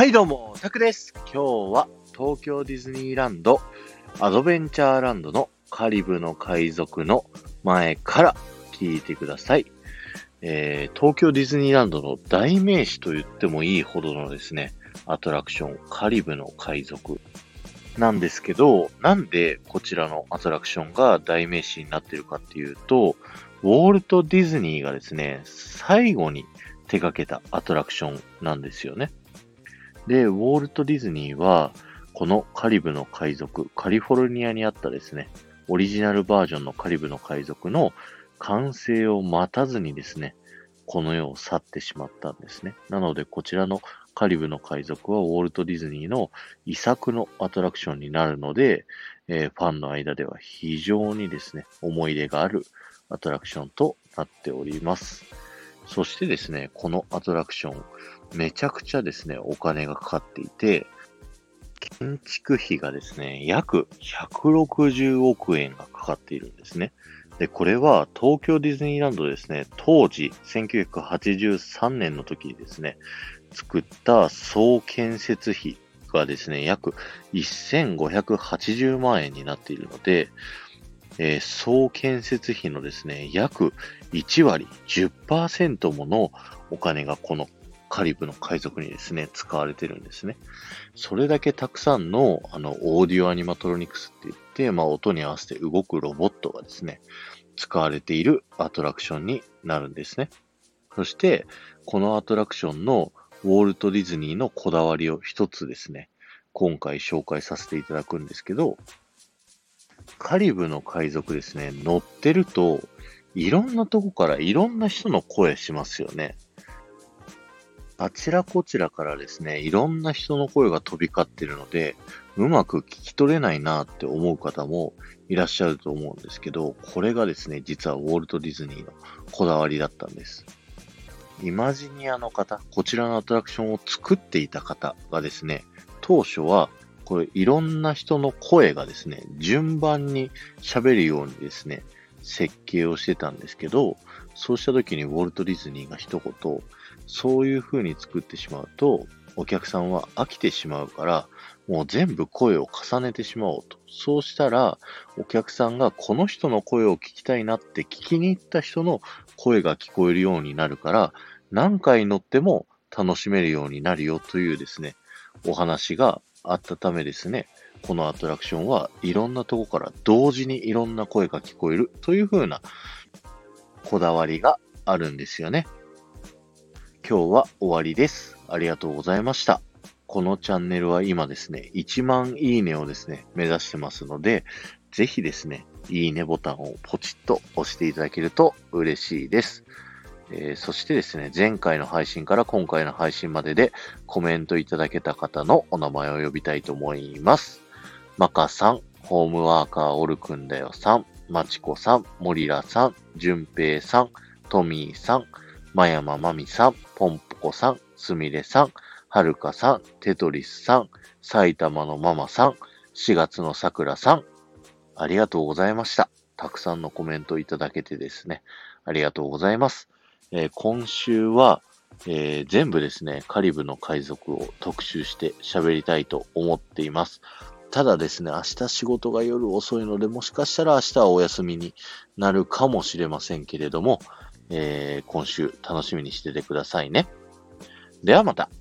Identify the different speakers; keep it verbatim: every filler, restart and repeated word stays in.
Speaker 1: はいどうも、タクです。今日は東京ディズニーランドアドベンチャーランドのカリブの海賊の前から聞いてください。えー、東京ディズニーランドの代名詞と言ってもいいほどのですね、アトラクションカリブの海賊なんですけど、なんでこちらのアトラクションが代名詞になっているかっていうと、ウォルト・ディズニーがですね、最後に手掛けたアトラクションなんですよね。で、ウォルト・ディズニーは、このカリブの海賊、カリフォルニアにあったですね、オリジナルバージョンのカリブの海賊の完成を待たずにですね、この世を去ってしまったんですね。なので、こちらのカリブの海賊はウォルト・ディズニーの遺作のアトラクションになるので、えーファンの間では非常にですね、思い出があるアトラクションとなっております。そしてですね、このアトラクション、めちゃくちゃですね、お金がかかっていて、建築費がですね、約ひゃくろくじゅうおくえんがかかっているんですね。で、これは東京ディズニーランドですね、当時、せんきゅうひゃくはちじゅうさんねんの時にですね、作った総建設費がですね、約せんごひゃくはちじゅうまんえんになっているので、えー総建設費のですね、約いちわり、じゅっパーセントものお金がこのカリブの海賊にですね、使われてるんですね。それだけたくさんの、あの、オーディオアニマトロニクスって言って、まあ、音に合わせて動くロボットがですね、使われているアトラクションになるんですね。そして、このアトラクションのウォルト・ディズニーのこだわりを一つですね、今回紹介させていただくんですけど、カリブの海賊ですね、乗ってると、いろんなとこからいろんな人の声しますよね。あちらこちらからですね、いろんな人の声が飛び交っているので、うまく聞き取れないなって思う方もいらっしゃると思うんですけど、これがですね、実はウォルト・ディズニーのこだわりだったんです。イマジニアの方、こちらのアトラクションを作っていた方がですね、当初は、これいろんな人の声がですね、順番に喋るようにですね、設計をしてたんですけど、そうした時にウォルト・ディズニーが一言、そういう風に作ってしまうと、お客さんは飽きてしまうから、もう全部声を重ねてしまおうと。そうしたら、お客さんがこの人の声を聞きたいなって聞きに行った人の声が聞こえるようになるから、何回乗っても楽しめるようになるよというですね、お話があったためですね、このアトラクションはいろんなとこから同時にいろんな声が聞こえるという風なこだわりがあるんですよね。今日は終わりです。ありがとうございました。このチャンネルは今ですね、いちまんいいねをですね、目指してますので、ぜひですね、いいねボタンをポチッと押していただけると嬉しいです。えーそしてですね、前回の配信から今回の配信まででコメントいただけた方のお名前を呼びたいと思います。マカさん、ホームワーカーオルくんだよさん、マチコさん、モリラさん、ジュンペイさん、トミーさん、マヤママミさん、ポンポコさん、スミレさん、はるかさん、テトリスさん、埼玉のママさん、しがつのさくらさん、ありがとうございました。たくさんのコメントいただけてですね、ありがとうございます。えー今週は、えー全部ですね、カリブの海賊を特集して喋りたいと思っています。ただですね、明日仕事が夜遅いので、もしかしたら明日はお休みになるかもしれませんけれども、えー今週楽しみにしててくださいね。ではまた。